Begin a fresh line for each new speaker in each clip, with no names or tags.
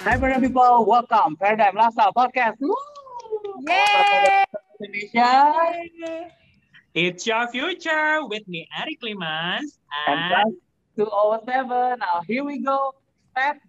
Paradigm people, welcome Paradigm Lifestyle Podcast.
Yay!
Indonesia.
It's your future with me, Eric Limans.
And 207. Now here we go. Step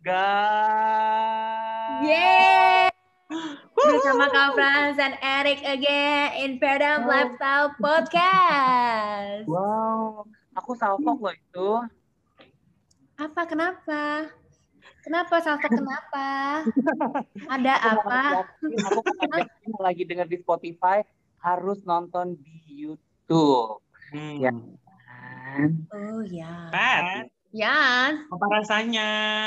guys.
Yay! Bersama Kak Franz and Eric again in Paradigm Lifestyle Podcast.
Wow, aku salfok loh itu.
Apa? Kenapa? Kenapa salfok? Kenapa? Ada apa?
Aku lagi dengar di Spotify, harus nonton di YouTube. Ya kan?
Oh ya.
Pat,
Ya.
apa rasanya?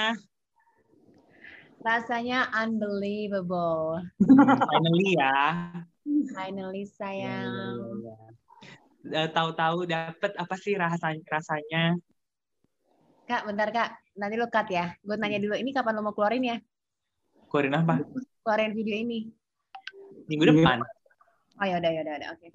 Rasanya unbelievable.
Finally ya.
Finally sayang.
Tahu-tahu dapet apa sih rasanya?
Kak, bentar Kak. Nanti lu cut ya. Gue nanya dulu, ini kapan lo mau keluarin ya?
Keluarin apa?
Keluarin video ini.
Minggu depan.
Oh ya udah, oke.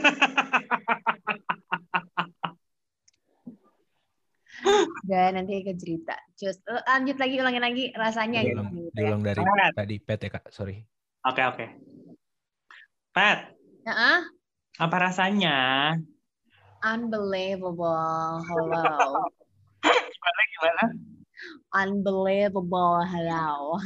Udah nanti ikut cerita. Just lanjut lagi, ulangin lagi rasanya gitu.
Diulang dari tadi Pet ya Kak, sorry.
Oke. Pat, apa rasanya?
Unbelievable. Hello.
Gimana?
Unbelievable. Hello.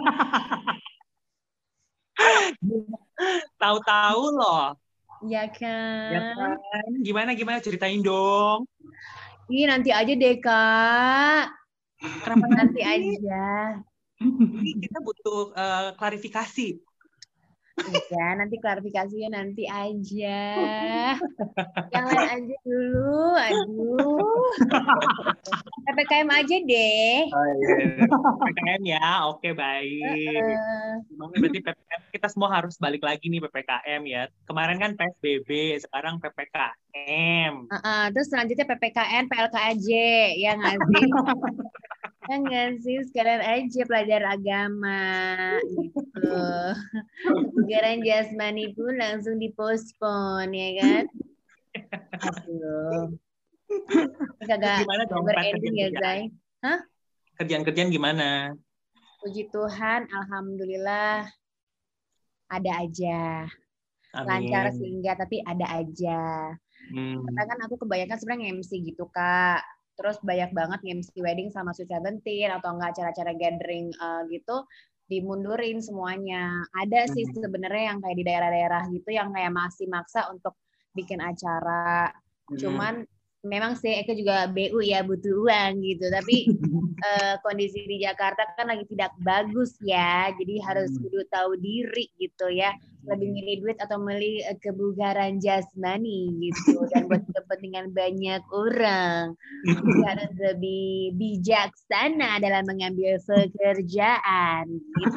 Tahu-tahu loh.
Ya kan?
Ya kan? Gimana ceritain dong.
Ini nanti aja deh Kak.
Kenapa
Nanti aja.
Ini kita butuh klarifikasi.
Ya, nanti klarifikasinya nanti aja. Yang lain aja dulu. Aduh. PPKM aja deh.
Oh, iya. PPKM ya, oke baik. Berarti PPKM kita semua harus balik lagi nih PPKM ya. Kemarin kan PSBB, sekarang PPKM.
Terus selanjutnya PPKN, PLKAJ, ya nggak sih? Ya nggak sih, sekalian aja pelajar agama gitu. Kebugaran jasmani pun langsung dipospon, ya kan? Aduh. Kagak berending ya, Zai? Hah?
Kerjaan
Puji
gimana?
Tuhan, alhamdulillah ada aja.
Amin.
Lancar sehingga, tapi ada aja. Karena kan aku kebanyakan sebenarnya MC gitu, Kak. Terus banyak banget MC wedding sama Sweet Seventeen atau enggak acara-acara gathering gitu, dimundurin semuanya. Ada sih sebenarnya yang kayak di daerah-daerah gitu yang kayak masih maksa untuk bikin acara. Cuman memang sih Eka juga BU ya, butuh uang gitu. Tapi kondisi di Jakarta kan lagi tidak bagus ya. Jadi harus kudu tahu diri gitu ya. Lebih milih duit atau milih kebugaran jasmani gitu. Dan buat kepentingan banyak orang. Harus lebih bijaksana dalam mengambil pekerjaan gitu.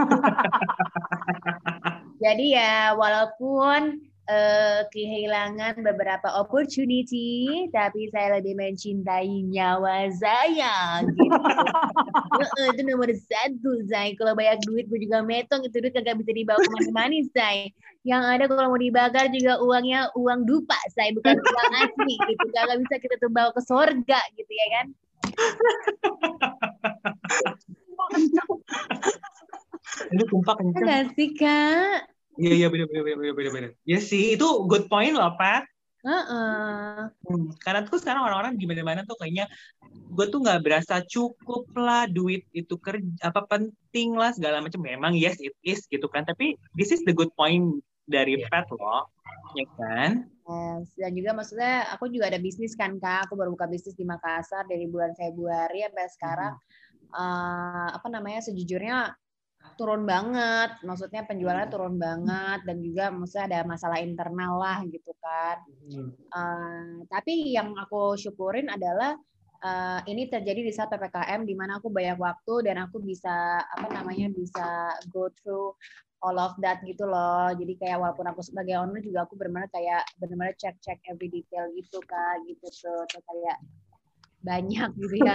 Jadi ya walaupun kehilangan beberapa opportunity, tapi saya lebih mencintai nyawa saya gitu. Itu nomor satu, Zai. Kalau banyak duit gue juga metong, itu duit kagak bisa dibawa kemana-mana, Zai. Yang ada kalau mau dibakar juga uangnya uang dupa, Zai, bukan uang asli gitu. Kagak bisa kita tuh bawa ke surga gitu ya kan.
Ini tumpah kenceng.
Enggak sih, Kak?
Iya benar. Ya sih, itu good point loh, Pat. Karena tuh sekarang orang-orang di mana-mana tuh kayaknya gue tuh nggak berasa cukup lah, duit itu penting lah segala macam. Memang yes it is gitu kan, tapi this is the good point dari Pat loh, ya kan?
Yes. Dan juga maksudnya aku juga ada bisnis kan Kak, aku baru buka bisnis di Makassar dari bulan Februari sampai sekarang. Sejujurnya turun banget, maksudnya penjualannya turun banget, dan juga maksudnya ada masalah internal lah gitu kan. Tapi yang aku syukurin adalah ini terjadi di saat PPKM di mana aku banyak waktu dan aku bisa bisa go through all of that gitu loh. Jadi kayak walaupun aku sebagai owner juga aku benar-benar cek every detail gitu Kak, gitu tuh kayak banyak gitu ya.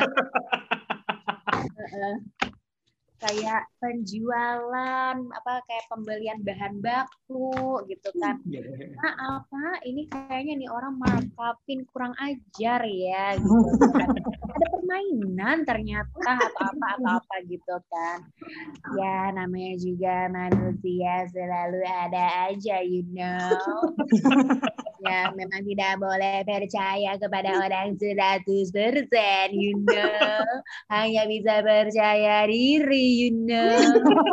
Kayak penjualan kayak pembelian bahan baku gitu kan. Ini kayaknya nih orang markup-in kurang ajar ya gitu kan. ada permainan ternyata atau apa gitu kan. Ya namanya juga manusia selalu ada aja, you know. Ya memang tidak boleh percaya kepada orang 100%, you know. Hanya bisa percaya diri, you know.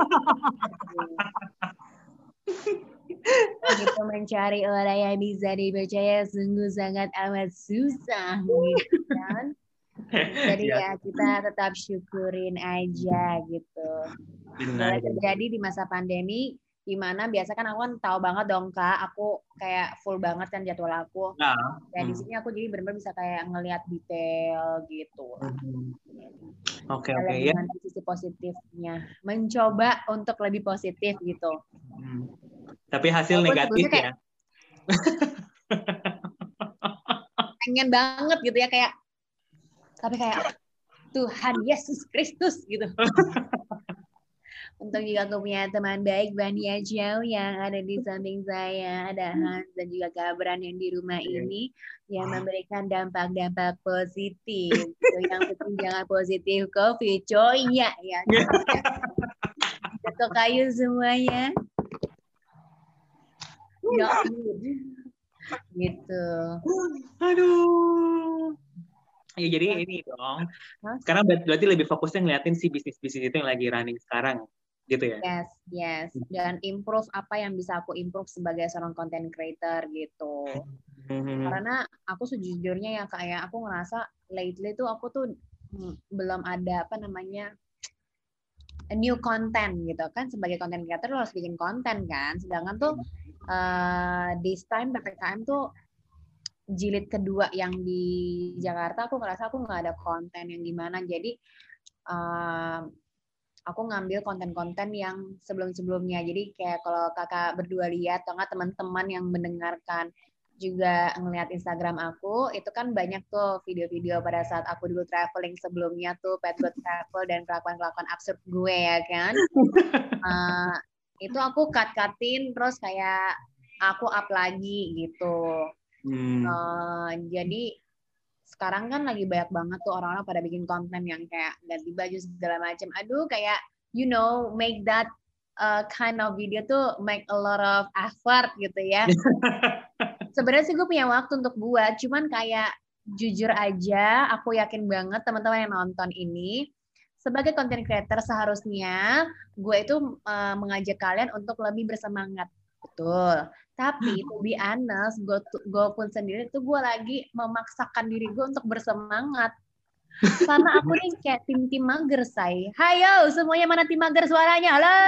Gitu mencari orang yang bisa dipercaya sungguh sangat amat susah gitu kan. Jadi ya kita tetap syukurin aja gitu. Mulai terjadi di masa pandemi di mana biasa kan aku kan tahu banget dong Kak, aku kayak full banget kan jadwal aku. Dan di sini aku jadi benar-benar bisa kayak ngelihat detail gitu.
Oke ya.
Dengan sisi positifnya, mencoba untuk lebih positif gitu.
Tapi hasil negatif ya.
Pengen banget gitu ya kayak, tapi kayak Tuhan Yesus Kristus gitu. Untuk juga aku punya teman baik Bania Chow yang ada di samping saya, ada Hans dan juga Gabran yang di rumah ini yang memberikan dampak-dampak positif. Yang penting jangan positif COVID, coy ya. Ketok kayu semuanya. Ya, gitu.
Aduh. Ya jadi ini dong. Sekarang berarti lebih fokusnya ngeliatin si bisnis-bisnis itu yang lagi running sekarang, gitu ya?
Yes. Dan improve apa yang bisa aku improve sebagai seorang content creator gitu. Karena aku sejujurnya ya kayak aku ngerasa lately tuh aku tuh belum ada a new content gitu kan. Sebagai content creator lo harus bikin konten kan. Sedangkan tuh this time PPKM tuh jilid kedua yang di Jakarta aku ngerasa aku nggak ada konten yang gimana, jadi aku ngambil konten-konten yang sebelum-sebelumnya. Jadi kayak kalau kakak berdua lihat atau nggak teman-teman yang mendengarkan juga ngelihat Instagram aku, itu kan banyak tuh video-video pada saat aku dulu traveling sebelumnya tuh Pet God Travel dan kelakuan-kelakuan absurd gue ya kan. Itu aku cut-cutin terus kayak aku up lagi gitu. Jadi sekarang kan lagi banyak banget tuh orang-orang pada bikin konten yang kayak ganti baju segala macam. Aduh kayak make that kind of video tuh make a lot of effort gitu ya. Sebenarnya sih gue punya waktu untuk buat, cuman kayak jujur aja aku yakin banget teman-teman yang nonton ini sebagai content creator seharusnya gue itu mengajak kalian untuk lebih bersemangat. Betul. Tapi to be honest, gue pun sendiri tuh gue lagi memaksakan diri gue untuk bersemangat. Karena aku nih kayak tim mager, say. Hayo, semuanya mana tim mager suaranya? Halo.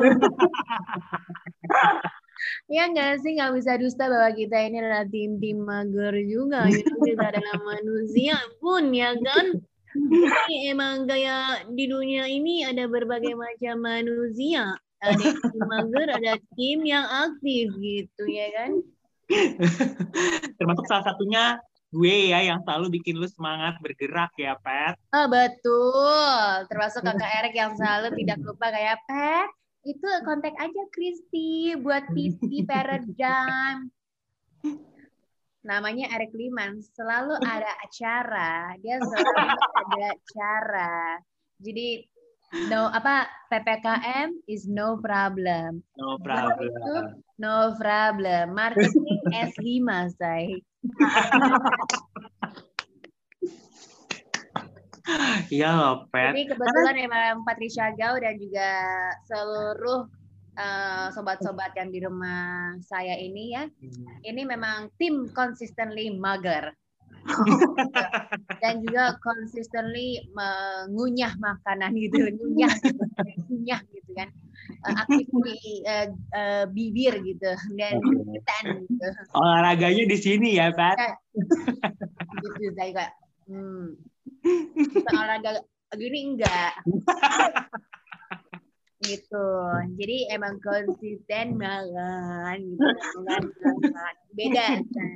Ya nggak sih, nggak bisa dusta bahwa kita ini adalah tim mager juga. Kita adalah manusia pun, ya kan? Ini emang kayak di dunia ini ada berbagai macam manusia. Ada tim mager, ada tim yang aktif gitu ya kan.
Termasuk salah satunya gue ya yang selalu bikin lu semangat bergerak ya Pet.
Betul. Termasuk kakak Erik yang selalu tidak lupa kayak Pet, itu kontak aja Kristi buat TV Paradigm. Namanya Erik Liman, selalu ada acara, dia selalu ada acara. Jadi PPKM is no problem.
No problem.
YouTube, no problem. Marketing S5, say.
Iya loh, Pet.
Jadi kebetulan memang Patricia Gau dan juga seluruh sobat-sobat yang di rumah saya ini ya, ini memang tim consistently mager. Dan juga consistently mengunyah makanan gitu, ngunyah gitu kan, aktif di bibir gitu dan ketan gitu.
Olahraganya di sini ya, Pat.
Gitu saya kayak, olahraga gini enggak. Gitu. Jadi emang konsisten banget gitu kan. Beda kan.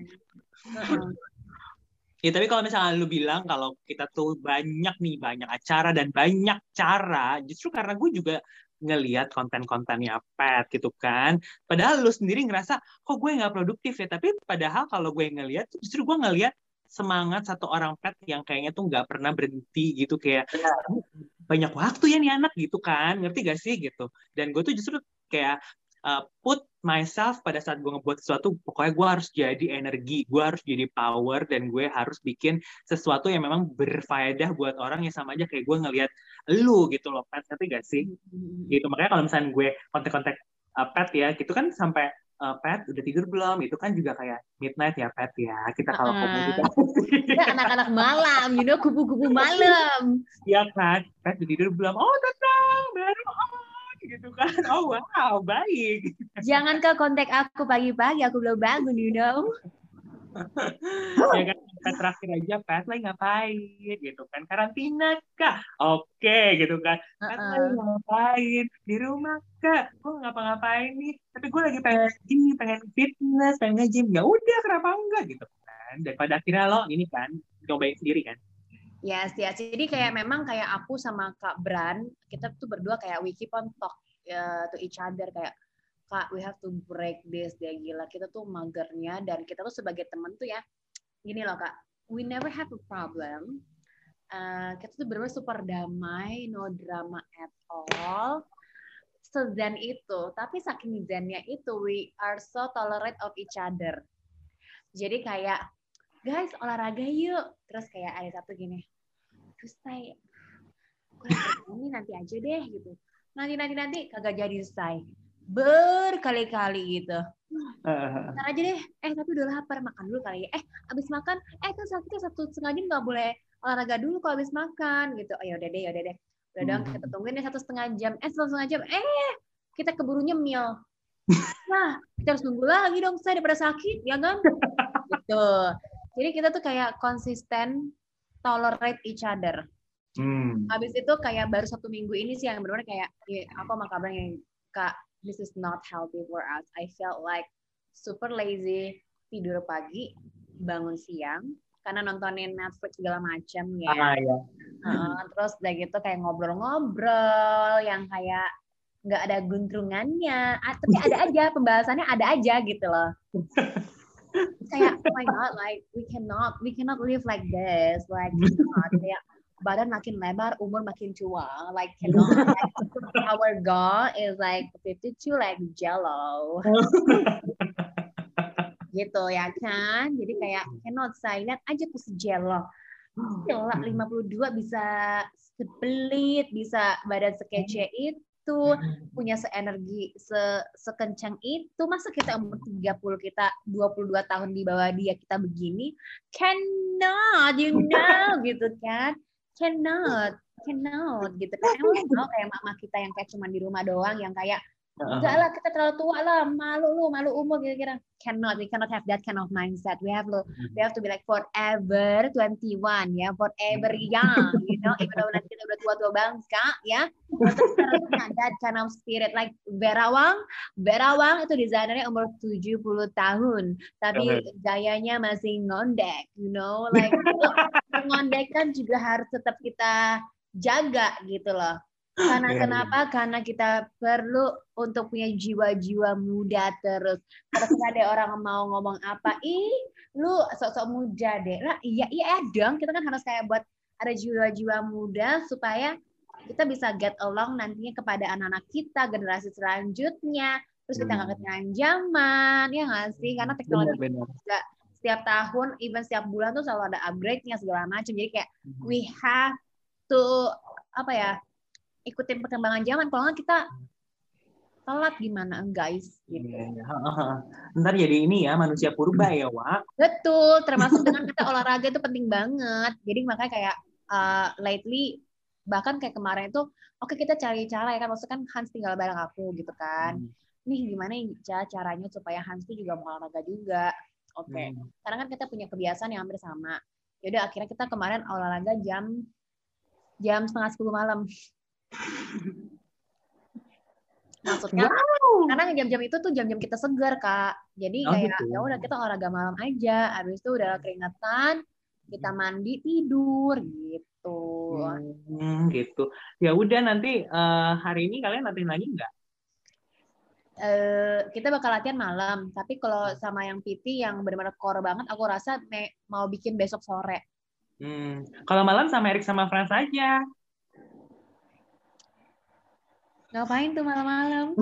Ya tapi kalau misalnya lu bilang kalau kita tuh banyak acara dan banyak cara, justru karena gue juga ngelihat konten-kontennya Pet gitu kan. Padahal lu sendiri ngerasa kok gue nggak produktif ya, tapi padahal kalau gue ngelihat justru gue ngelihat semangat satu orang pet yang kayaknya tuh nggak pernah berhenti gitu, kayak banyak waktu ya nih anak gitu kan, ngerti gak sih gitu. Dan gue tuh justru kayak put myself pada saat gue ngebuat sesuatu, pokoknya gue harus jadi energi, gue harus jadi power, dan gue harus bikin sesuatu yang memang berfaedah buat orang, yang sama aja kayak gue ngelihat lu gitu loh, pet, ngerti gak sih? Gitu. Makanya kalau misalnya gue kontak-kontak pet ya, gitu kan sampai pet udah tidur belum? Itu kan juga kayak midnight ya pet ya. Kita kalau komunikasi.
Kita anak-anak malam, kupu-kupu malam.
Iya kan, pet udah tidur belum? Oh tenang, baru gitu kan. Oh wow, baik.
Jangan kau kontak aku pagi-pagi, aku belum bangun,
Ya kan, pet terakhir aja pet lagi ngapain gitu kan, karantina kah? Oke gitu kan, pet lagi ngapain di rumah kak? Gue ngapa-ngapain nih, tapi gue lagi pengen fitness, pengen nge-gym. Ya udah, kenapa enggak gitu kan, daripada akhirnya lo ini kan cobain sendiri kan.
Yes. Jadi kayak memang kayak aku sama Kak Bran, kita tuh berdua kayak we keep on talk to each other, kayak Kak, we have to break this, dia gila. Kita tuh magernya, dan kita tuh sebagai temen tuh ya, gini loh Kak, we never have a problem. Kita tuh bener-bener super damai, no drama at all. Se-zen itu, tapi saking zennya itu, we are so tolerant of each other. Jadi kayak, guys olahraga yuk. Terus kayak ada satu gini, terus saya, ini nanti aja deh gitu. Nanti kagak jadi say. Berkali-kali gitu. Ntar aja deh. Tapi udah lapar, makan dulu kali ya. Abis makan, kan kita 1,5 jam nggak boleh olahraga dulu kalau abis makan gitu. Oh, yaudah deh. Udah dong, kita tungguin deh 1,5 jam. 1,5 jam. Kita keburu nyemil. Nah, kita harus nunggu lagi dong, saya daripada sakit, ya kan? Gitu. Jadi kita tuh kayak konsisten tolerate each other. Habis itu kayak baru 1 minggu ini sih yang benar-benar kayak aku sama kabar yang Kak, this is not healthy for us. I felt like super lazy, tidur pagi, bangun siang karena nontonin Netflix segala macam ya.
Iya.
Terus udah gitu kayak ngobrol-ngobrol yang kayak nggak ada guntrungannya, tapi ada aja pembahasannya, ada aja gitu loh. Kayak oh my god, like we cannot live like this, like kayak badan makin lebar, umur makin tua, like cannot. Like, our goal is like 52 like Jello. Gitu ya kan, jadi kayak cannot say, lihat aja tuh si Jello. Gila 52 bisa sepelit, bisa badan sekece itu, punya seenergi sekencang itu. Masa kita umur 30, kita 22 tahun di bawah dia, kita begini? Cannot, gitu kan? Cannot gitu kan. Emang mau kayak mama kita yang kayak cuma di rumah doang, yang kayak enggak lah, kita terlalu tua lah, malu umur kira-kira. We cannot have that kind of mindset. We have to be like forever 21 ya, forever young, even though nanti kita udah tua-tua bangsa ya. That kind of spirit, like Berawang itu desainernya umur 70 tahun, tapi gayanya masih ngondek, like ngondek kan juga harus tetap kita jaga gitu loh. Karena kenapa? Karena kita perlu untuk punya jiwa-jiwa muda terus. Kalau ada orang mau ngomong apa, lu sok-sok muda deh. Lah, iya dong. Kita kan harus kayak buat ada jiwa-jiwa muda supaya kita bisa get along nantinya kepada anak-anak kita, generasi selanjutnya. Terus kita nggak ketinggalan zaman, ya nggak sih? Karena teknologi juga setiap tahun, even setiap bulan tuh selalu ada upgrade-nya segala macam. Jadi kayak we have to ikutin perkembangan zaman. Kalau nggak kita telat gimana guys? Gitu.
Ntar jadi ini ya, manusia purba ya, Wak.
Betul, termasuk dengan kita olahraga itu penting banget. Jadi makanya kayak lately, bahkan kayak kemarin itu, oke, kita cari cara ya kan, maksudnya kan Hans tinggal bareng aku gitu kan. Nih gimana caranya supaya Hans tuh juga mau olahraga juga. Oke. Karena kan kita punya kebiasaan yang hampir sama. Yaudah akhirnya kita kemarin olahraga jam 9:30 malam. Maksudnya karena jam-jam itu tuh jam-jam kita segar Kak, jadi kayak ya udah kita olahraga malam aja, habis itu udah keringetan, kita mandi tidur gitu.
Gitu ya udah, nanti hari ini kalian latihan lagi nggak?
kita bakal latihan malam. Tapi kalau sama yang PT yang benar-benar core banget, aku rasa mau bikin besok sore.
Kalau malam sama Erik sama Frans aja.
Ngapain tuh malam-malam?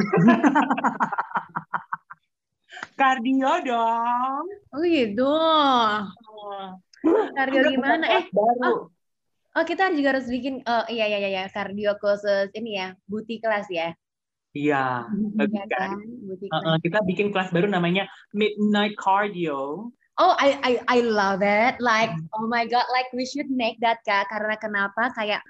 Kardio dong.
Oh gitu. Kardio gimana?
Baru.
Oh kita juga harus bikin. Oh iya kardio khusus ini ya, booty class ya.
Iya.
Iya kan? Booty class.
Kita bikin kelas baru namanya Midnight Cardio.
Oh, I love it. Like, oh my God, like we should make that, Kak. Karena kenapa? Kayak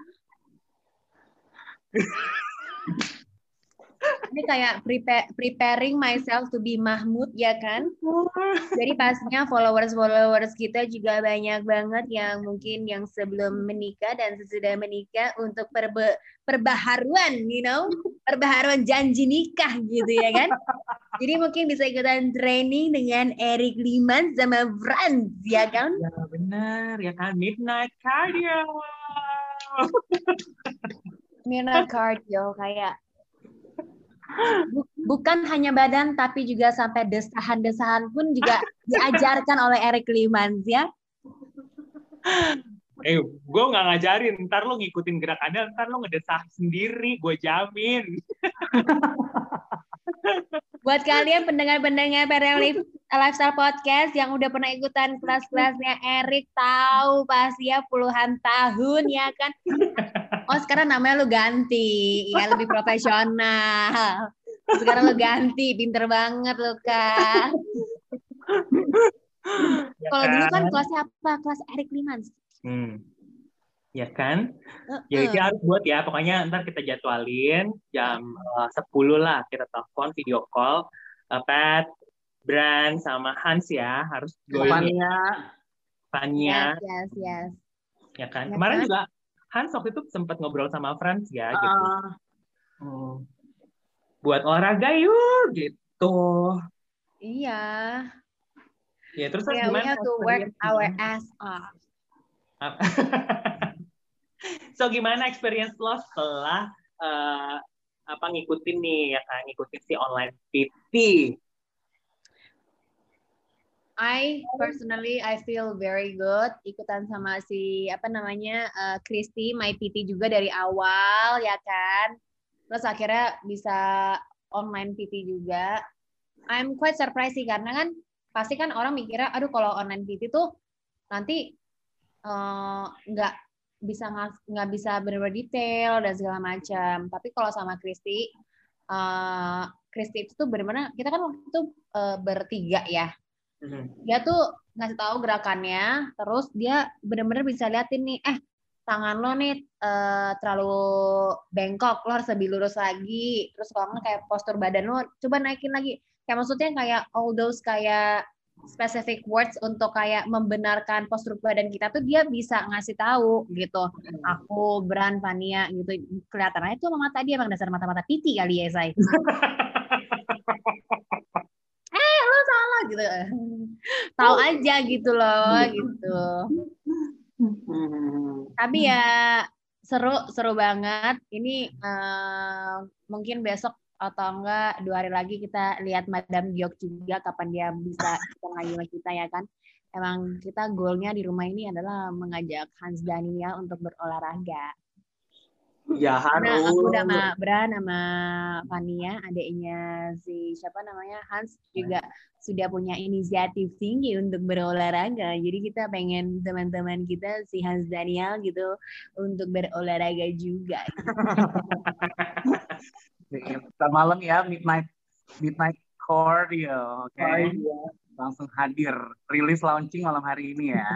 ini kayak preparing myself to be Mahmud, ya kan? Jadi pastinya followers kita juga banyak banget yang mungkin yang sebelum menikah dan sesudah menikah untuk perbaharuan, perbaharuan janji nikah gitu ya kan? Jadi mungkin bisa ikutan training dengan Erik Liman sama Frans, ya kan?
Ya benar, ya kan? Midnight Cardio.
Midnight Cardio kayak bukan hanya badan tapi juga sampai desahan-desahan pun juga diajarkan oleh Erik Liman, ya?
Gue nggak ngajarin, ntar lo ngikutin gerakannya, ntar lo ngedesah sendiri, gue jamin.
Buat kalian pendengar-pendengar PRL Lifestyle Podcast yang udah pernah ikutan kelas-kelasnya Erik, tahu pasti ya puluhan tahun ya kan. Oh sekarang namanya lu ganti, ya lebih profesional. Sekarang lu ganti, pinter banget lu Kak.
Ya
Kalau
kan?
dulu kan kelasnya apa? Kelas Erik Liman.
Ya kan? Ya itu harus buat ya, pokoknya ntar kita jadwalin jam 10 lah, kita telepon video call Pat, Bran sama Hans ya, harus join. Fania.
Yes.
Ya kan?
Ya
Kemarin
kan?
juga Hans waktu itu sempat ngobrol sama Frans ya gitu. Buat olahraga yuk gitu.
Iya.
Ya terus
Yeah, we
gimana?
have to work our ass off.
So gimana experience lo setelah ngikutin nih ya kan, ngikutin si online PT?
I feel very good ikutan sama si Christy, my PT juga dari awal ya kan. Terus akhirnya bisa online PT juga. I'm quite surprised sih karena kan pasti kan orang mikirnya aduh kalau online PT tuh nanti nggak bisa benar-benar detail dan segala macam. Tapi kalau sama Christy itu tuh benar-benar kita kan waktu itu bertiga ya. Dia tuh ngasih tahu gerakannya, terus dia benar-benar bisa liatin nih, tangan lo nih terlalu bengkok, lo harus lebih lurus lagi. Terus kalau nggak kayak postur badan lo, coba naikin lagi. Kayak maksudnya kayak all those kayak specific words untuk kayak membenarkan postur badan kita tuh dia bisa ngasih tahu gitu. Aku, Bran, Fania gitu. Kelihatannya tuh sama mata dia emang dasar mata-mata titi kali ya, Say. Lo salah gitu. Tahu aja gitu loh gitu. Tapi ya seru banget. Ini mungkin besok atau enggak 2 hari lagi kita lihat Madam Giok juga kapan dia bisa lagi sama kita ya kan. Emang kita goalnya di rumah ini adalah mengajak Hans Daniel untuk berolahraga.
Ya harus.
Nah, aku udah sama Bran sama Fania, adiknya si siapa namanya Hans juga sudah punya inisiatif tinggi untuk berolahraga. Jadi kita pengen teman-teman kita si Hans Daniel gitu untuk berolahraga juga.
Kita malam ya midnight cardio, oke? Langsung hadir, rilis launching malam hari ini ya.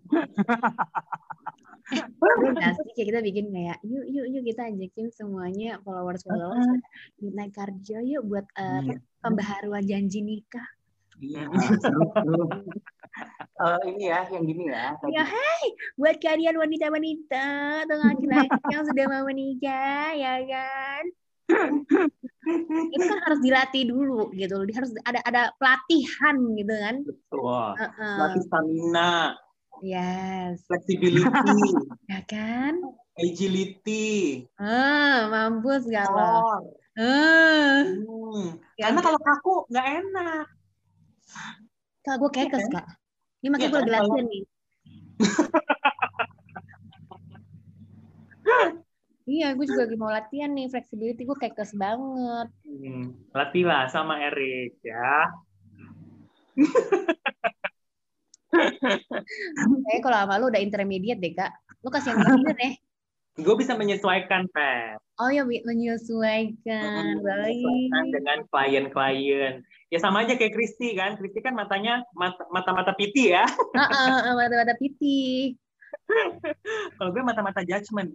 Nanti kita bikin kayak yuk kita ajakin semuanya followers midnight cardio yuk buat pembaharuan janji nikah.
Iya, seru. Ini ya, yang gini ya.
Ya, buat kalian wanita-wanita atau laki-laki yang sudah mau menikah, ya kan? Itu kan harus dilatih dulu gitu, harus ada pelatihan gitu kan?
Betul. Latih stamina.
Yes.
Flexibility.
Ya kan?
Agility.
Mampus gak lo?
Karena kalau kaku nggak enak.
Kak, gue kekes, Kak. Ini makanya gue lagi latihan nih. Iya, gue juga lagi mau latihan nih. Flexibility gue kekes banget.
Latihlah sama Erik, ya.
Kayaknya kalau sama lu udah intermediate deh, Kak. Lu kasih yang bener deh.
Gue bisa menyesuaikan, Pat.
Oh ya, menyesuaikan. Baik.
Dengan klien-klien. Ya sama aja kayak Kristi kan. Kristi kan matanya mata-mata piti ya.
Mata-mata piti.
Kalau gue mata-mata judgment.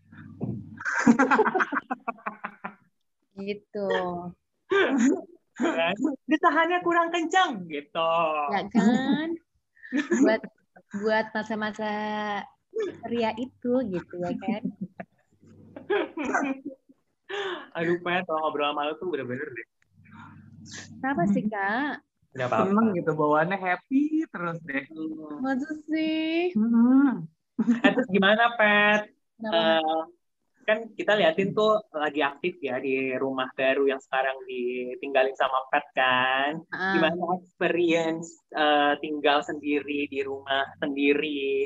Gitu.
Ditahannya kurang kencang gitu.
Ya kan? Buat masa-masa ria itu gitu ya kan.
Aduh, Pat, kalau ngobrol sama lu tuh bener-bener deh.
Kenapa sih, Kak?
Seneng gitu, bawaannya happy terus deh.
Masa sih?
Terus gimana, Pat? Kan kita liatin tuh lagi aktif ya di rumah baru yang sekarang ditinggalin sama Pat kan. Gimana experience tinggal sendiri di rumah sendiri?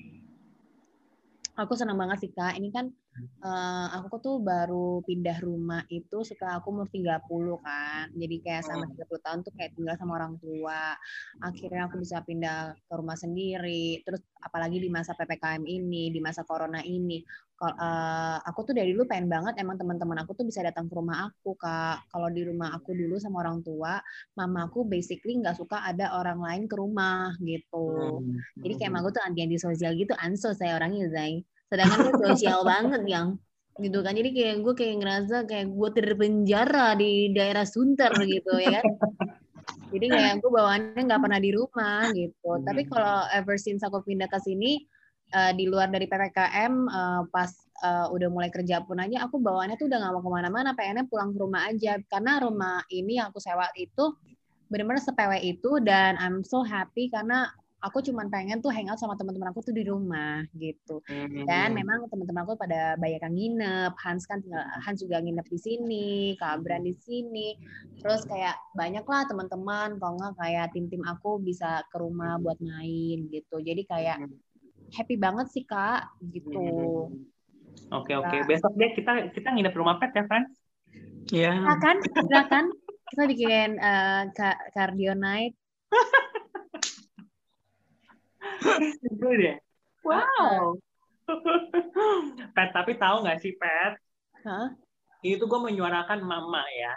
Aku senang banget sih, Kak. Ini kan aku tuh baru pindah rumah itu setelah aku umur 30 kan. Jadi kayak sama 30 tahun tuh kayak tinggal sama orang tua. Akhirnya aku bisa pindah ke rumah sendiri. Terus apalagi di masa PPKM ini, di masa corona ini. Aku tuh dari dulu pengen banget emang teman-teman aku tuh bisa datang ke rumah aku, Kak. Kalau di rumah aku dulu sama orang tua, mamaku basically nggak suka ada orang lain ke rumah gitu. Jadi kayak mamaku tuh anti sosial gitu, anso saya orangnya, Zai. Sedangkan gue sosial banget yang gitu kan. Jadi kayak gue kayak ngerasa kayak gue terpenjara di daerah Sunter gitu ya kan. Jadi kayak gue bawaannya nggak pernah di rumah gitu. Tapi kalau ever since aku pindah ke sini, di luar dari PPKM, pas udah mulai kerja pun aja, aku bawaannya tuh udah nggak mau kemana-mana, pengennya pulang ke rumah aja. Karena rumah ini yang aku sewa itu benar-benar sepewe itu, dan I'm so happy karena aku cuma pengen tuh hangout sama teman-teman aku tuh di rumah gitu. Dan memang teman-teman aku pada banyak yang nginep. Hans juga nginep di sini, Kak Bran di sini. Terus kayak banyak lah teman-teman, kalau nggak kayak tim-tim aku bisa ke rumah buat main gitu. Jadi kayak happy banget sih, Kak, gitu.
Oke. Besok deh kita nginep rumah Pet ya, Frans?
Iya.
Silakan. Kita bikin cardio night.
Itu deh. Wow. Pet, tapi tahu nggak sih, Pet? Itu gue menyuarakan mama ya.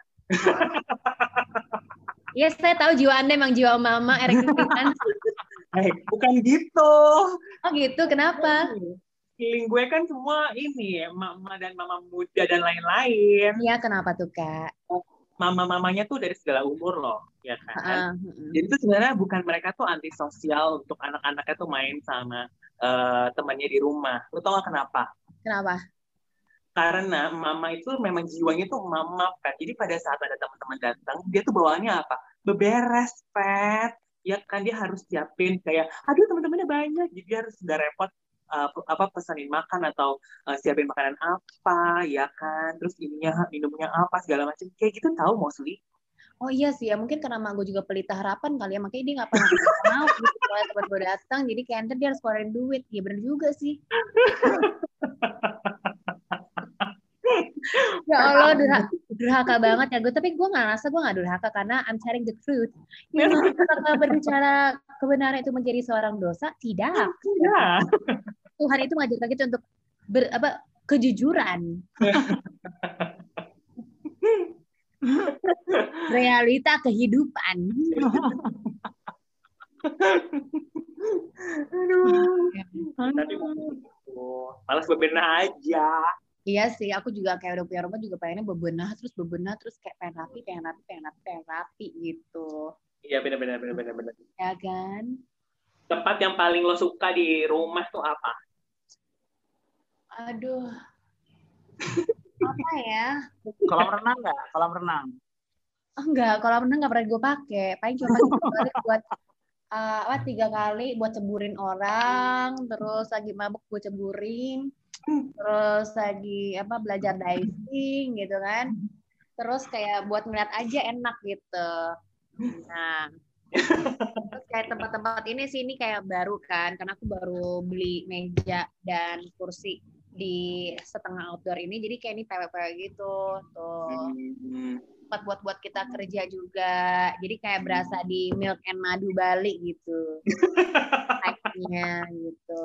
Iya, saya tahu jiwa Anda emang jiwa mama, Erik Hans.
Bukan gitu.
Oh gitu, kenapa?
Feeling gue kan semua ini ya, mama dan mama muda dan lain-lain.
Iya, kenapa tuh, Kak?
Mama-mamanya tuh dari segala umur loh, ya kan? Jadi itu sebenarnya bukan mereka tuh antisosial untuk anak-anaknya tuh main sama temannya di rumah. Lo tau gak kenapa?
Kenapa?
Karena mama itu memang jiwanya tuh mama, Pet. Jadi pada saat ada teman-teman datang, dia tuh bawaannya apa? Beberes, Pet. Ya kan, dia harus siapin kayak, aduh teman-temannya banyak, jadi dia harus udah repot pesanin makan atau siapin makanan apa, ya kan? Terus minumnya apa, segala macam. Kayak gitu tahu mostly.
Oh iya sih ya, mungkin karena mak gue juga pelita harapan kali ya, makanya dia nggak pernah mau gitu kalau teman gue datang, jadi kayak ntar dia harus keluarin duit. Ya bener juga sih. Ya Allah, durhaka banget ya gue. Tapi gue nggak ngerasa gue nggak durhaka karena I'm telling the truth. Yang apakah berbicara kebenaran itu menjadi seorang dosa? Tidak. Tuhan itu mengajarkan kita untuk kejujuran. Realita kehidupan.
Malas bebenah aja.
Iya sih, aku juga kayak udah punya rumah juga pengennya bebenah terus kayak pengen rapi gitu.
Iya benar.
Ya kan?
Tempat yang paling lo suka di rumah tuh apa?
Aduh. Apa ya?
Kolam renang nggak? Kolam renang.
Enggak, kolam renang nggak pernah gue pakai. Paling cuma kali buat 3 kali buat ceburin orang, terus lagi mabuk gue ceburin. terus lagi belajar diving gitu kan. Terus kayak buat ngeliat aja enak gitu. Nah, terus kayak tempat-tempat ini sih ini kayak baru kan, karena aku baru beli meja dan kursi di setengah outdoor ini, jadi kayak ini PW gitu tuh. Tempat buat kita kerja juga, jadi kayak berasa di Milk and Madu Bali gitu. Naiknya gitu.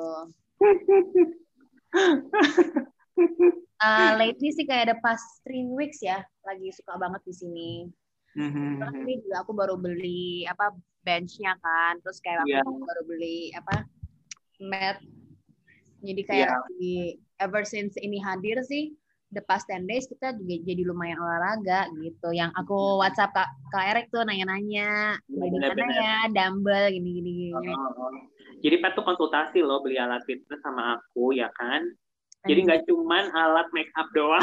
Lately sih kayak ada pastry weeks ya, lagi suka banget di sini. Terus ini juga aku baru beli benchnya kan, terus kayak aku baru beli mat. Jadi kayak ever since ini hadir sih, the past 10 days kita juga jadi lumayan olahraga gitu. Yang aku WhatsApp Kak Erik tuh nanya-nanya, beli mana ya, dumbbell gini-gini.
Jadi Pat tuh konsultasi loh beli alat fitness sama aku ya kan. Jadi nggak cuman alat make up doang.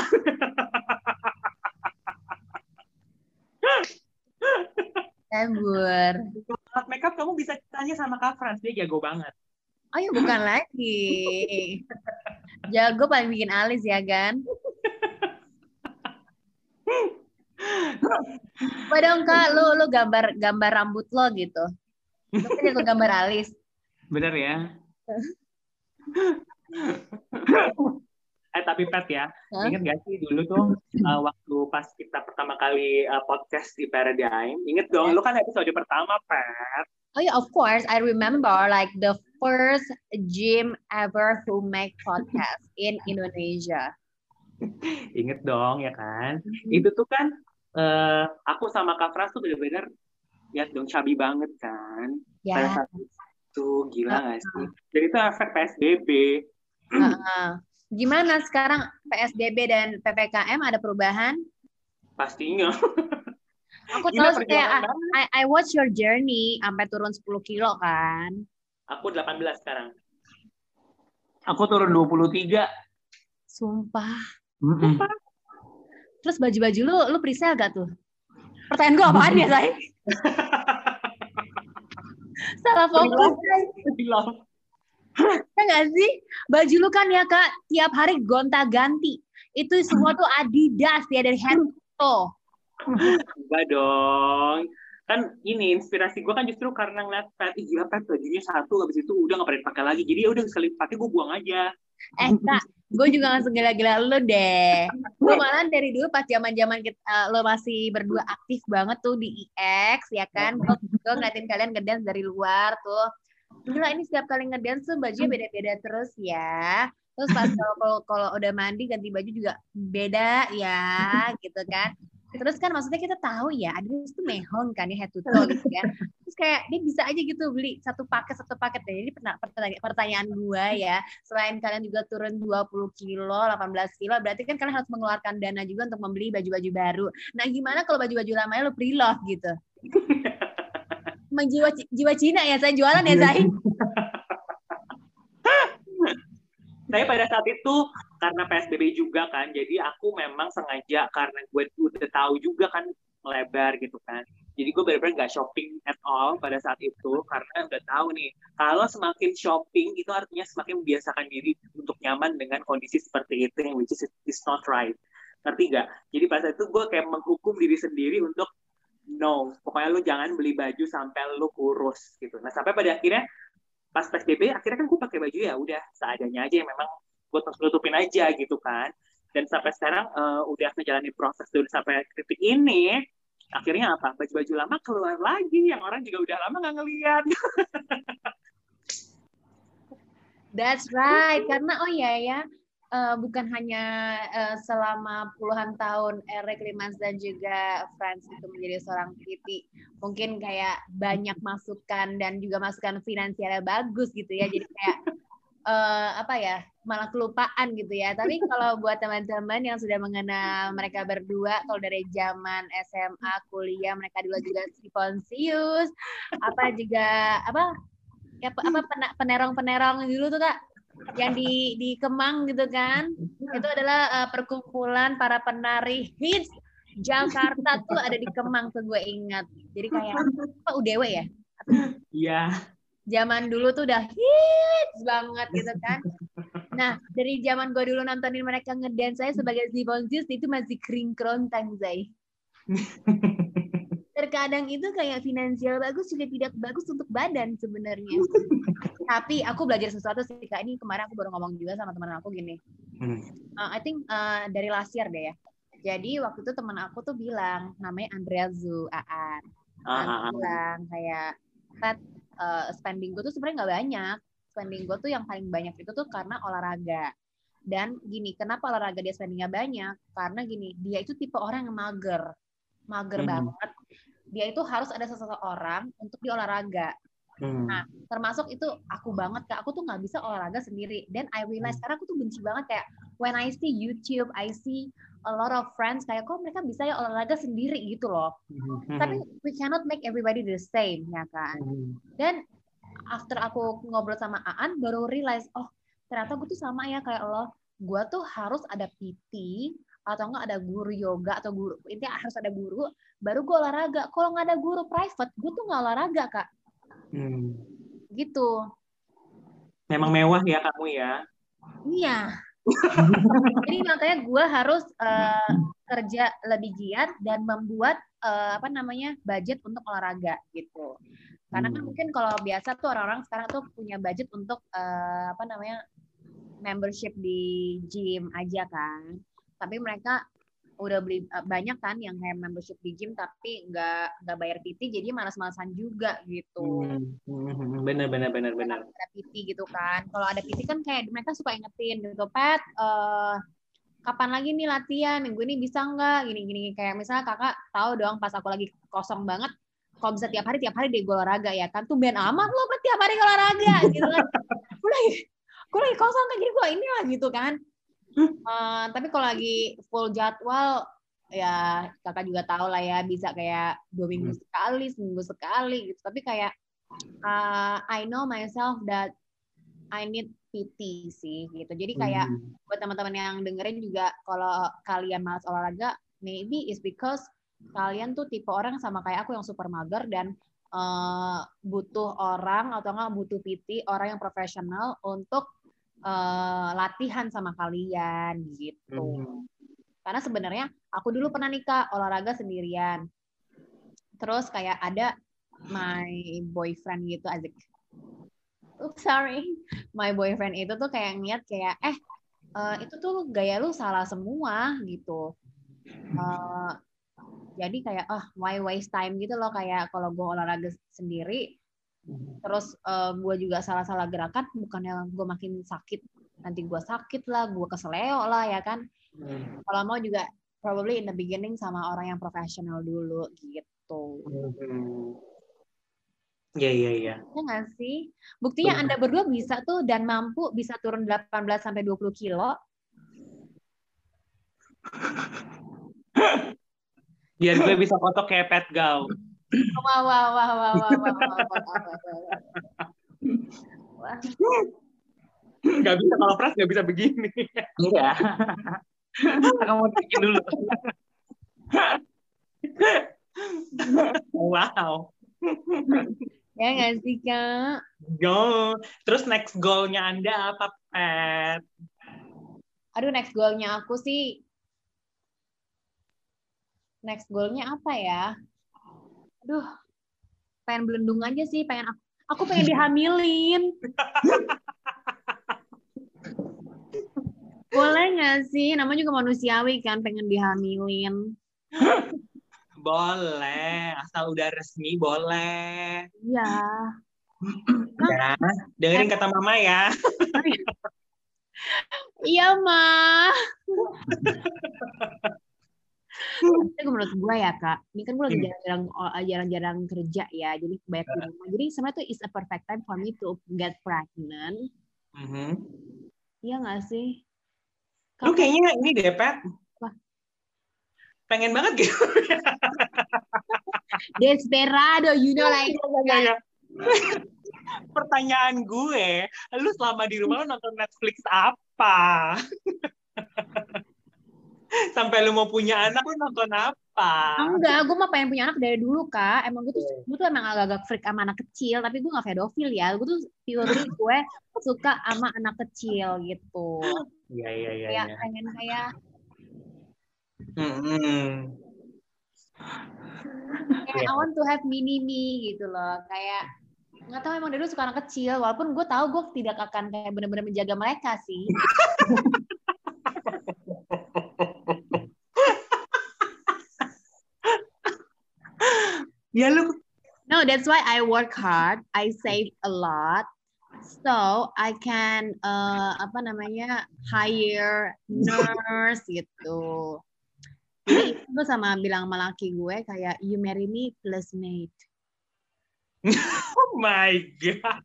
Kabur.
Alat make up kamu bisa tanya sama Kak Frans, dia jago banget.
Oh ya bukan lagi. Jago paling bikin alis ya kan. Coba dong Kak, lu gambar rambut lo gitu. Lu kan jago gambar alis.
Bener ya. Tapi Pat ya, ingat gak sih dulu tuh waktu pas kita pertama kali podcast di Paradigm, inget dong, lu kan episode pertama, Pat.
Oh yeah, of course, I remember like the first gym ever who make podcast in Indonesia.
Inget dong ya kan, itu tuh kan aku sama Kak Frans tuh bener-bener lihat dong chubby banget kan. Pada saat itu gila gak sih? Jadi itu efek PSBB.
Gimana sekarang PSBB dan PPKM ada perubahan?
Pastinya.
Aku tahu kayak I watch your journey sampai turun 10 kilo kan.
Aku 18 sekarang. Aku turun 23.
Sumpah. Terus baju-baju lu presale gak tuh? Pertanyaan gue apaan ya, Say? Salah fokus. Ya nggak sih? Baju lu kan ya Kak, tiap hari gonta-ganti. Itu semua tuh Adidas ya dari head to toe.
Enggak dong. Kan ini inspirasi gue kan justru karena ngeliat Pat, gila Pat, bajunya satu, habis itu udah nggak pernah dipakai lagi. Jadi ya udah sekali pakai gue buang aja.
Kak, gue juga langsung gila-gila lu deh. Gue malah dari dulu pas zaman-zaman lo masih berdua aktif banget tuh di EX ya kan. Gue ngeliatin kalian ngedance dari luar tuh. Gila ini setiap kali ngedance tuh bajunya beda-beda terus ya. Terus pas kalau udah mandi ganti baju juga beda ya gitu kan. Terus kan maksudnya kita tahu ya Adidas itu mehong kan ya head to toe gitu kan. Terus kayak dia bisa aja gitu beli satu paket. Jadi pertanyaan gue ya, selain kalian juga turun 20 kilo, 18 kilo, berarti kan kalian harus mengeluarkan dana juga untuk membeli baju-baju baru. Nah gimana kalau baju-baju lamanya lo pre-love gitu? Emang jiwa Cina ya, saya jualan ya saya.
Saya pada saat itu karena PSBB juga kan, jadi aku memang sengaja karena gue udah tahu juga kan melebar gitu kan. Jadi gue benar-benar nggak shopping at all pada saat itu karena udah tahu nih kalau semakin shopping itu artinya semakin membiasakan diri untuk nyaman dengan kondisi seperti itu yang which is not right. Ngerti nggak? Jadi pada saat itu gue kayak menghukum diri sendiri untuk no, pokoknya lu jangan beli baju sampai lu kurus gitu. Nah sampai pada akhirnya pas PSBB akhirnya kan gue pakai baju ya udah seadanya aja yang memang gue tutupin aja gitu kan. Dan sampai sekarang udah ngejalanin proses dulu sampai titik ini. Akhirnya apa? Baju-baju lama keluar lagi yang orang juga udah lama nggak ngeliat.
That's right. Karena ya. Bukan hanya selama puluhan tahun Erik Limans dan juga Frans itu menjadi seorang PT, mungkin kayak banyak masukan dan juga masukan finansialnya bagus gitu ya, jadi kayak malah kelupaan gitu ya. Tapi kalau buat teman-teman yang sudah mengenal mereka berdua, kalau dari zaman SMA, kuliah, mereka dulu juga Siponsius, penerong-penerong dulu tuh Kak, yang di Kemang gitu kan, itu adalah perkumpulan para penari hits Jakarta tuh ada di Kemang tuh gue ingat. Jadi kayak UDW ya?
Iya.
Zaman dulu tuh udah hits banget gitu kan. Nah, dari zaman gue dulu nontonin mereka ngedance, saya sebagai Givenchy itu masih kering kerontang, Zai. Terkadang itu kayak finansial bagus juga tidak bagus untuk badan sebenarnya. Tapi aku belajar sesuatu sih, Kak. Ini kemarin aku baru ngomong juga sama teman aku gini. I think dari last year deh ya. Jadi waktu itu teman aku tuh bilang, namanya Andrea Zu Aan. Bilang kayak, Pat, spending gue tuh sebenarnya nggak banyak. Spending gue tuh yang paling banyak itu tuh karena olahraga. Dan gini, kenapa olahraga dia spendingnya banyak? Karena gini, dia itu tipe orang yang mager banget. Dia itu harus ada seseorang untuk di olahraga. Nah, termasuk itu aku banget, Kak. Aku tuh nggak bisa olahraga sendiri. Dan I realize, sekarang aku tuh benci banget kayak, when I see YouTube, I see a lot of friends, kayak kok mereka bisa ya olahraga sendiri gitu loh. Tapi we cannot make everybody the same, ya kan? Dan after aku ngobrol sama Aan, baru realize, oh ternyata gue tuh sama ya kayak lo. Gue tuh harus ada PT, atau enggak ada guru yoga, atau guru, intinya harus ada guru, baru gue olahraga. Kalau nggak ada guru private, gue tuh nggak olahraga, Kak. Gitu.
Memang mewah ya kamu ya.
Iya. Jadi makanya gue harus kerja lebih giat dan membuat budget untuk olahraga gitu. Karena kan mungkin kalau biasa tuh orang-orang sekarang tuh punya budget untuk membership di gym aja kan. Tapi mereka udah beli banyak kan yang kayak membership di gym tapi nggak bayar PT, jadi malas-malasan juga gitu.
Benar.
Ada PT gitu kan. Kalau ada PT kan kayak mereka suka ingetin gitu, Pat, kapan lagi nih latihan? Minggu ini bisa nggak? Gini kayak misalnya kakak tahu dong pas aku lagi kosong banget, kalau bisa tiap hari deh gue olahraga ya kan. Tuh ben amat lo tiap hari olahraga gitu kan. Gue lagi kosong kan, jadi gue inilah gitu kan. Tapi kalau lagi full jadwal ya kakak juga tahu lah ya, bisa kayak 2 minggu sekali, seminggu sekali gitu. Tapi kayak I know myself that I need PT sih gitu. Jadi kayak buat teman-teman yang dengerin juga, kalau kalian malas olahraga, maybe is because kalian tuh tipe orang sama kayak aku yang super mager dan butuh orang atau enggak butuh PT, orang yang profesional untuk latihan sama kalian gitu. Karena sebenarnya aku dulu pernah nih Kak olahraga sendirian. Terus kayak ada my boyfriend gitu, Azik. Oops, sorry. My boyfriend itu tuh kayak ngeliat kayak itu tuh gaya lu salah semua gitu. Jadi kayak why waste time gitu loh, kayak kalau gue olahraga sendiri terus gue juga salah-salah gerakan, bukannya gue makin sakit, nanti gue sakit lah, gue keseleo lah ya kan. Kalau mau juga probably in the beginning sama orang yang profesional dulu gitu.
Iya.
Ya nggak sih? Buktinya Anda berdua bisa tuh dan mampu bisa turun 18-20 kilo.
Biar gue bisa foto kayak Pat Gau.
Wah.
Gak bisa kalau pras, gak bisa begini.
Iya.
Kamu bikin dulu. Wow.
Ya nggak sih Kak?
Go. Terus next goal-nya Anda apa, Pat?
Aduh, next goal-nya aku sih, next goal-nya apa ya? Aduh, pengen belendung aja sih, aku pengen dihamilin. Boleh nggak sih? Namanya juga manusiawi kan, pengen dihamilin.
Boleh, asal udah resmi boleh.
Iya.
Ya, dengerin kata mama ya.
Iya, Ma. Tapi menurut gue ya, Kak, ini kan gue lagi jarang-jarang kerja ya, jadi banyak di rumah. Jadi sebenarnya tuh is a perfect time for me to get pregnant. Iya nggak sih?
Lu kayaknya ini deh, Pat. Pengen banget gitu.
Desperado, you know like.
Pertanyaan gue, lu selama di rumah lu nonton Netflix apa? Sampai lu mau punya anak, lu nonton apa? apa?
Enggak, gue mah pengen punya anak dari dulu, Kak. Emang gue tuh emang agak-agak freak sama anak kecil, tapi gue gak pedofil ya. Gue tuh purely gue suka sama anak kecil gitu.
Iya.
Kayak pengen kayak I want to have mini me gitu loh. Kayak nggak tahu emang dari dulu suka anak kecil, walaupun gue tahu gue tidak akan kayak benar-benar menjaga mereka sih.
Ya lu.
No, that's why I work hard. I save a lot, so I can hire nurse gitu. Jadi gue sama bilang sama laki gue kayak you marry me plus maid.
Oh my god.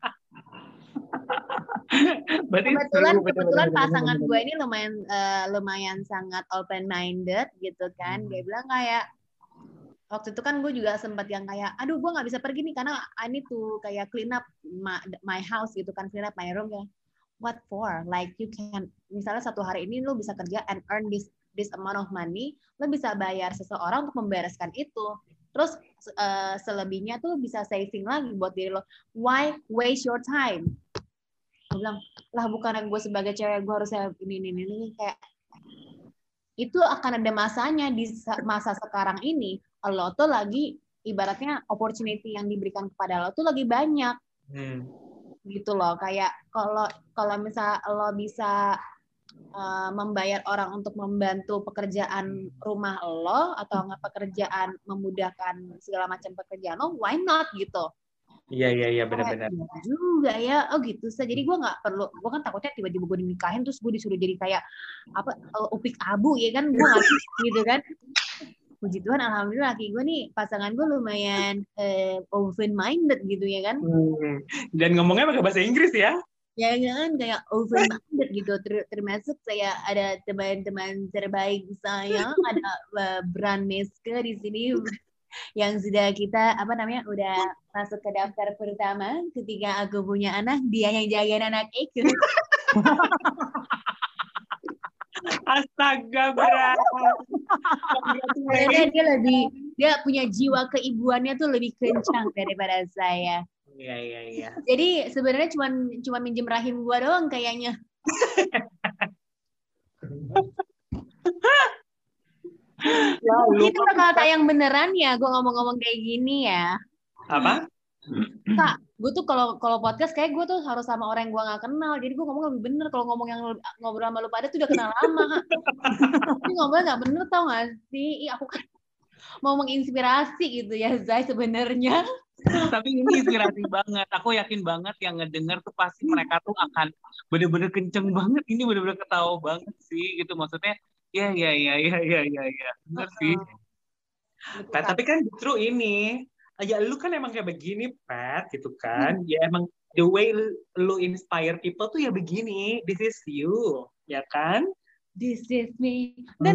Kebetulan pasangan gue ini lumayan sangat open minded gitu kan. Dia bilang kayak waktu itu kan gue juga sempat yang kayak aduh gue nggak bisa pergi nih karena I need to kayak clean up my house gitu kan, clean up my room ya. What for? Like you can misalnya satu hari ini lo bisa kerja and earn this amount of money, lo bisa bayar seseorang untuk membereskan itu. Terus selebihnya tuh bisa saving lagi buat diri lo. Why waste your time? Gue bilang, lah bukan gue sebagai cewek gue harusnya ini kayak itu akan ada masanya di masa sekarang ini. Lo tuh lagi ibaratnya opportunity yang diberikan kepada lo tuh lagi banyak. Gitu loh, kayak kalau misal lo bisa membayar orang untuk membantu pekerjaan rumah lo atau nggak pekerjaan memudahkan segala macam pekerjaan lo, why not gitu?
Iya benar-benar.
Juga ya, oh gitu. Jadi gue nggak perlu, gue kan takutnya tiba-tiba gue dinikahin terus gue disuruh jadi kayak apa upik abu ya kan, gue nggak bisa gitu kan. Puji Tuhan, alhamdulillah laki gue nih pasangan gue lumayan open minded gitu ya kan.
Dan ngomongnya pakai bahasa Inggris ya?
Ya kan kayak open minded gitu, termasuk saya ada teman-teman terbaik saya, ada brand Meske di sini yang sudah kita udah masuk ke daftar pertama ketika aku punya anak, dia yang jagain anak itu.
Astaga, berat.
Dia punya jiwa keibuannya tuh lebih kencang daripada saya.
Iya.
Jadi sebenarnya cuma minjem rahim gua doang kayaknya. Itu bakal tayang beneran ya, gue ngomong-ngomong kayak gini ya.
Apa?
Kak, gue tuh kalau podcast kayak gue tuh harus sama orang yang gue nggak kenal. Jadi gue ngomong lebih bener. Kalau ngomong yang ngobrol sama lu pada tuh udah kenal lama. Ini ngomongnya nggak bener tau gak sih? Aku kan mau menginspirasi gitu ya, Zai sebenarnya.
Tapi ini inspirasi banget. Aku yakin banget yang ngedenger tuh pasti mereka tuh akan bener-bener kenceng banget. Ini bener-bener ketawa banget sih gitu. Maksudnya ya. Bener sih. Tapi kan justru ini, ya lu kan emang kayak begini, Pat, gitu kan. Ya emang the way lu inspire people tuh ya begini. This is you, ya kan?
This is me.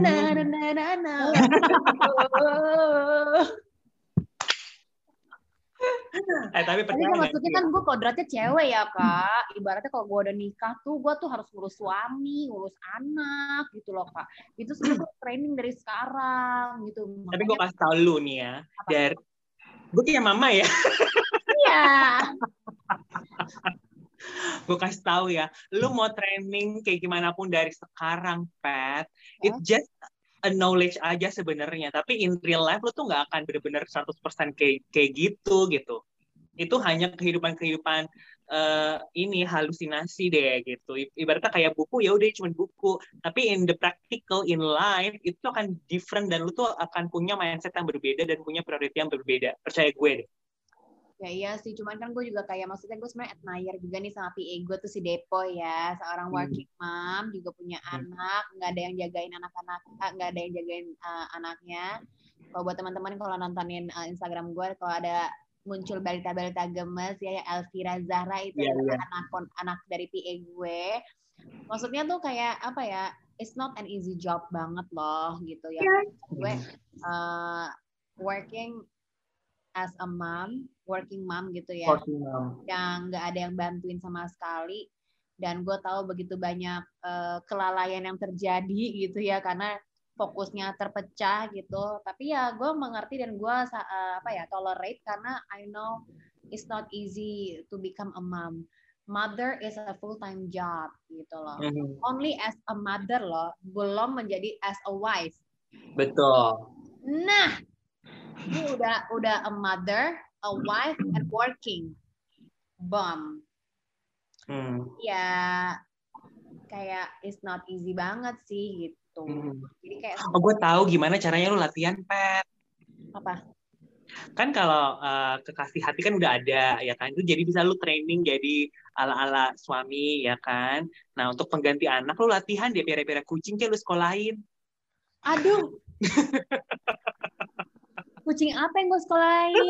Tapi
maksudnya kan gue kodratnya cewek ya Kak. Ibaratnya kalau gue udah nikah tuh gue tuh harus ngurus suami, ngurus anak gitu loh Kak. Itu sebenarnya training dari sekarang gitu.
Tapi gue kasih tau lu nih ya, dari gue kayak mama ya.
Iya.
Gue kasih tahu ya, lu mau training kayak gimana pun dari sekarang, Pat, it's just a knowledge aja sebenarnya, tapi in real life lu tuh nggak akan benar-benar 100% kayak gitu. Itu hanya kehidupan ini halusinasi deh gitu. Ibaratnya kayak buku ya udah cuma buku, tapi in the practical in life itu akan different dan lu tuh akan punya mindset yang berbeda dan punya priority yang berbeda. Percaya gue deh.
Ya iya sih, cuman kan gue juga kayak maksudnya gue sebenarnya admire juga nih sama PA gue tuh si Depo ya, seorang working mom, juga punya anak, nggak ada yang jagain nggak ada yang jagain anaknya. Kalau buat teman-teman kalau nontonin Instagram gue, kalau ada muncul balita-balita gemes ya Elvira Zahra itu adalah anak dari PA gue. Maksudnya tuh kayak apa ya? It's not an easy job banget loh gitu ya. Gue working as a mom, working mom gitu ya, yang nggak ada yang bantuin sama sekali, dan gue tahu begitu banyak kelalaian yang terjadi gitu ya, karena fokusnya terpecah gitu. Tapi ya gue mengerti dan gue tolerate karena I know it's not easy to become a mom. Mother is a full-time job gitu loh. Only as a mother loh, belum menjadi as a wife.
Betul.
Nah, ini udah a mother, a wife, and working. Bom. Ya kayak it's not easy banget sih gitu. Jadi kayak
gue tahu gimana caranya lu latihan, Pet.
apa?
Kan kalau kekasih hati kan udah ada ya kan, itu jadi bisa lu training jadi ala-ala suami ya kan. Nah untuk pengganti anak lu latihan dia piara-piara kucing kayak lu sekolahin.
Aduh. Kucing apa yang gue sekolahin?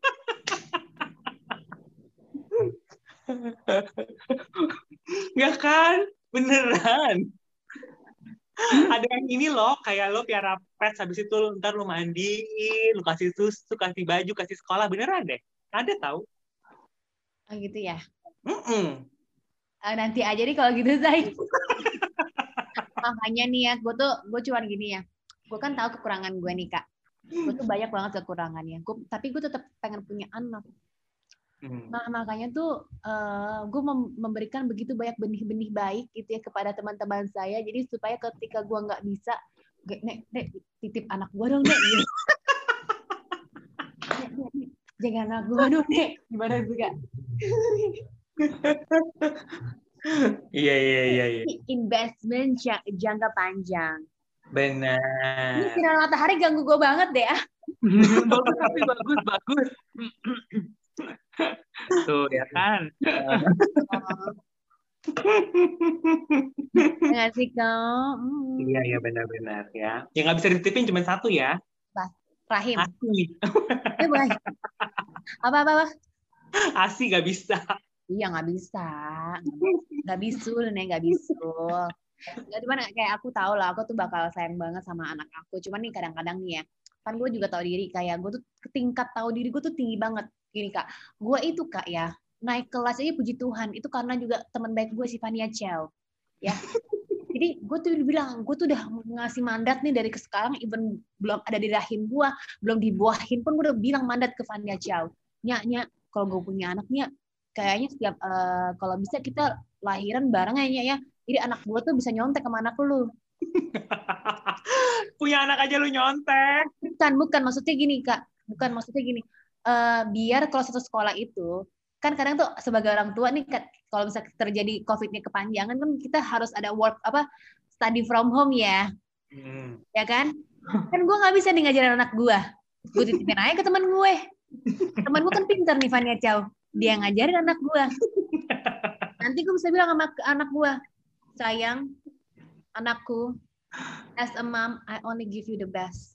Nggak kan? Beneran. Ada yang ini loh, kayak lo piara pet, habis itu ntar lo mandiin, lo kasih susu, kasih baju, kasih sekolah, beneran deh. Ada tahu?
Oh gitu ya? Nanti aja nih kalau gitu, Zai. Makanya nih ya, gue cuma gini ya. Gue kan tahu kekurangan gue nih, Kak. Gue tuh banyak banget kekurangannya. Tapi gue tetap pengen punya anak. Nah, makanya tuh gue memberikan begitu banyak benih-benih baik gitu ya kepada teman-teman saya. Jadi supaya ketika gue nggak bisa, Nek, titip anak gue dong, Nek. Nek, jaga anak gue dong, Nek. Gimana juga?
Iya.
Investment jangka panjang.
Benar.
Ini sinar matahari ganggu gue banget deh ya.
bagus. Tuh ya kan.
Nggak sih kau?
Iya benar ya. Yang nggak bisa dititipin cuma satu ya.
Rahim.
Asi.
Apa?
Asi nggak bisa.
Iya nggak bisa. Nggak bisul nih, nggak bisul. Nggak, cuman kayak aku tahu lah, aku tuh bakal sayang banget sama anak aku. Cuman nih kadang-kadang nih ya, kan gue juga tahu diri, kayak gue tuh tingkat tahu diri gue tuh tinggi banget. Gini Kak, gue itu Kak ya, naik kelas aja puji Tuhan, itu karena juga teman baik gue si Fania Chow. Ya. Jadi gue tuh bilang, gue tuh udah ngasih mandat nih dari sekarang, even belum ada di rahim gue, belum dibuahin pun gue udah bilang mandat ke Fania Chow. Nya, kalau gue punya anaknya, kayaknya setiap kalau bisa kita lahiran bareng ya. Jadi anak gue tuh bisa nyontek sama anak lu.
Punya anak aja lu nyontek.
Bukan maksudnya gini Kak. Bukan maksudnya gini. Biar kalau satu sekolah itu, kan kadang tuh sebagai orang tua nih, kalau misalnya terjadi COVID-nya kepanjangan kan kita harus ada study from home ya. Ya kan? Kan gue nggak bisa nih ngajarin anak gue. Gue titipin aja ke teman gue. Teman gue kan pintar nih, Fania Chow. Dia ngajarin anak gue. Nanti gue bisa bilang sama anak gue, sayang, anakku, as a mom, I only give you the best.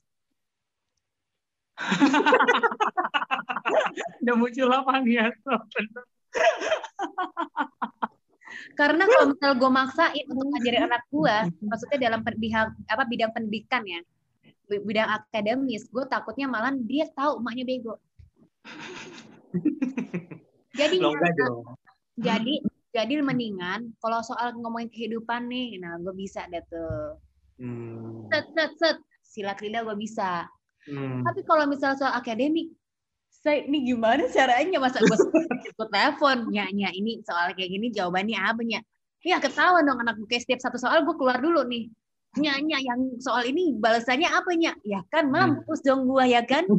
Udah muncul apa nih?
Karena kalau misal gue maksain untuk ngajarin anak gue, maksudnya dalam bidang pendidikan ya, bidang akademis, gue takutnya malah dia tahu emaknya bego. Jadi mendingan kalau soal ngomongin kehidupan nih, nah gue bisa deh tuh. Set, silat lidah gue bisa. Tapi kalau misal soal akademik, ini gimana caranya? Masa gue ikut telepon, nya ini soal kayak gini jawabannya apa nya? Ya ketahuan dong anakku, kayak setiap satu soal gue keluar dulu nih. Nya yang soal ini balasannya apa nya? Ya kan mampus dong gue ya kan?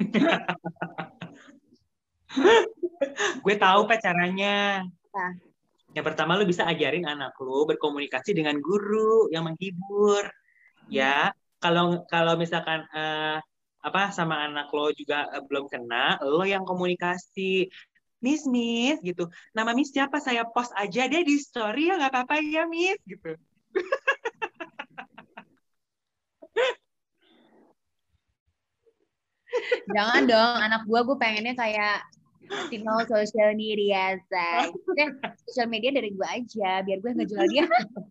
Gue tahu Pak caranya.
Nah.
Yang pertama lu bisa ajarin anak lu berkomunikasi dengan guru yang menghibur. Ya, kalau misalkan sama anak lo juga belum kena, lo yang komunikasi. Miss gitu. Nama Miss siapa? Saya post aja deh di story ya, nggak apa-apa ya Miss gitu.
Jangan dong, anak gue pengennya kayak no social media, say. Social media dari gue aja, biar gue nggak jual dia.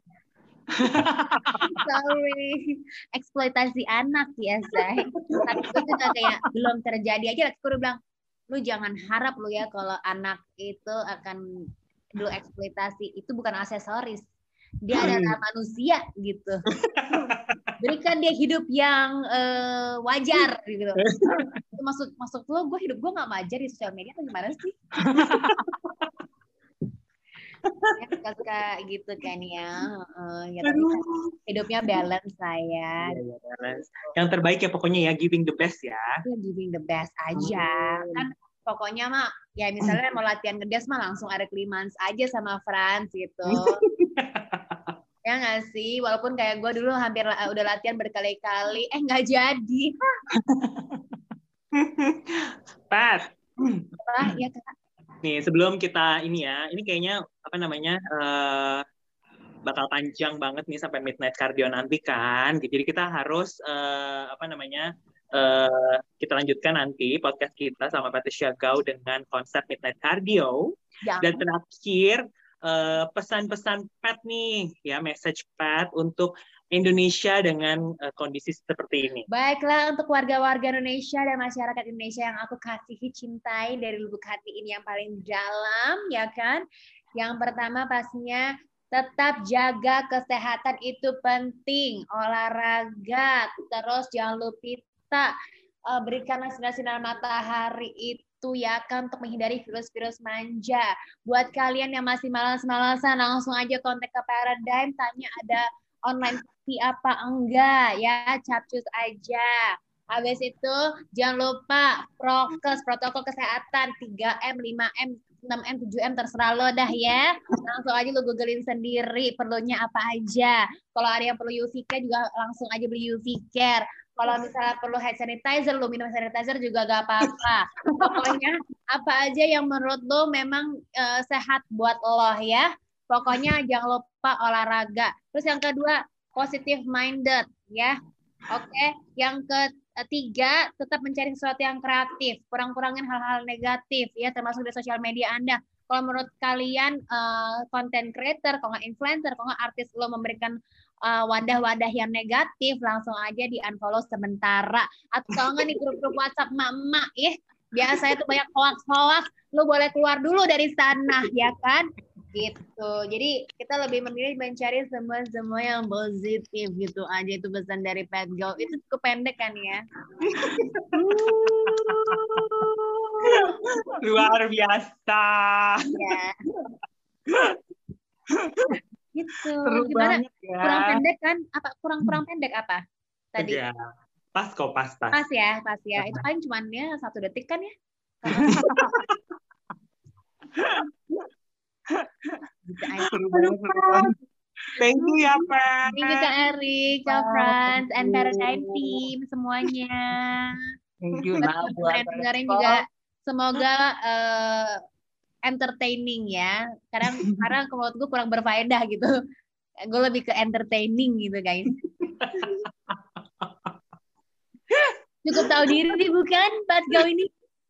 Sorry, eksploitasi anak ya, say. Tapi gue juga kayak belum terjadi aja. Gue udah bilang, lu jangan harap lu ya kalau anak itu akan lu eksploitasi. Itu bukan aksesoris, dia adalah manusia gitu. berikan dia hidup yang wajar gitu. Maksud lo gue hidup gue nggak wajar di sosial media atau gimana sih? Ya, suka gitu kan ya. Ya tapi kan hidupnya balance saya.
Ya, balance. Yang terbaik ya pokoknya ya, giving the best ya.
Ya giving the best aja. Kan pokoknya mah ya misalnya mau latihan ngedes mah langsung ada Klimans aja sama Franz gitu. Ya nggak sih? Walaupun kayak gue dulu hampir udah latihan berkali-kali, nggak jadi.
Pat.
Ya Kak.
Nih, sebelum kita ini ya, ini kayaknya bakal panjang banget nih sampai midnight cardio nanti kan. Jadi kita harus kita lanjutkan nanti podcast kita sama Patricia Gao dengan konsep midnight cardio. Ya. Dan terakhir pesan-pesan Pat nih, ya message Pat untuk Indonesia dengan kondisi seperti ini.
Baiklah, untuk warga-warga Indonesia dan masyarakat Indonesia yang aku kasihi, cintai dari lubuk hati ini yang paling dalam, ya kan? Yang pertama pastinya tetap jaga kesehatan itu penting, olahraga, terus jangan lupa berikan sinar matahari itu ya kan untuk menghindari virus-virus manja. Buat kalian yang masih malas-malasan, langsung aja kontak ke Paradigm, tanya ada online apa enggak ya, capcus aja. Habis itu jangan lupa prokes, protokol kesehatan 3M, 5M, 6M, 7M terserah lo dah ya. Langsung aja lo googlein sendiri perlunya apa aja. Kalau ada yang perlu UV care juga langsung aja beli UV care. Kalau misalnya perlu hand sanitizer, lo minum sanitizer juga gak apa-apa. Pokoknya apa aja yang menurut lo memang sehat buat lo ya. Pokoknya jangan lupa olahraga. Terus yang kedua, positive minded ya. Oke, yang ketiga tetap mencari sesuatu yang kreatif, kurang-kurangin hal-hal negatif ya, termasuk di sosial media Anda. Kalau menurut kalian content creator, kalau nggak influencer, kalau nggak artis lo memberikan wadah-wadah yang negatif, langsung aja di unfollow sementara. Atau kalau nggak di grup-grup WhatsApp emak-emak biasanya tuh banyak hoax-hoax, lo boleh keluar dulu dari sana ya kan. Gitu. Jadi kita lebih memilih mencari semua yang positif gitu aja. Itu pesan dari Pat Gao. Itu cukup pendek kan ya?
Luar biasa.
Ya. Gitu.
Seru
gimana?
Ya.
Kurang pendek kan? Apa kurang pendek apa tadi?
Ya. Pas kok, pas.
Pas ya. Itu paling cuman ya 1 detik kan ya?
Thank you ya, Pak.
Thank you Kak Erik, Kak Franz, and Paradigm Team semuanya.
Thank you.
Nah, buat dengerin juga semoga entertaining ya. Karena menurut gue kurang berfaedah gitu. Gue lebih ke entertaining gitu guys. Cukup tahu diri bukan Pat Gao ini?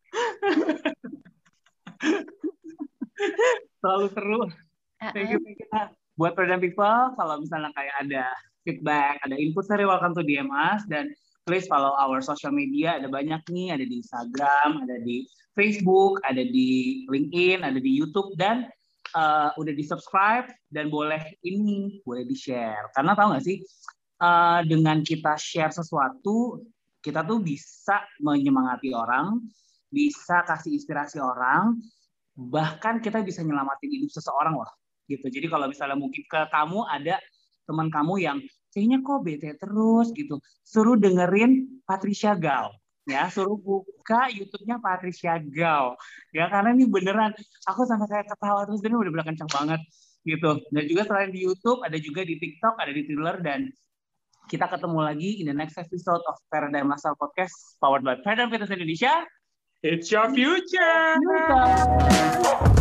Selalu seru. Thank you. Buat Paradigm People, kalau misalnya kayak ada feedback, ada input, very welcome to DM us. Dan please follow our social media. Ada banyak nih, ada di Instagram, ada di Facebook, ada di LinkedIn, ada di YouTube. Dan udah di-subscribe dan boleh di-share. Karena tahu nggak sih, dengan kita share sesuatu, kita tuh bisa menyemangati orang, bisa kasih inspirasi orang, bahkan kita bisa nyelamatin hidup seseorang loh gitu. Jadi kalau misalnya mungkin ke kamu ada teman kamu yang kayaknya kok bete terus gitu, suruh dengerin Patricia Gao ya, suruh buka YouTube-nya Patricia Gao ya, karena ini beneran aku sampai kayak ketawa terus, dan udah kencang banget gitu. Dan juga selain di YouTube ada juga di TikTok, ada di Thriller, dan kita ketemu lagi in the next episode of Paradigm Lifestyle Podcast powered by Paradigm Fitness Indonesia.
It's your future.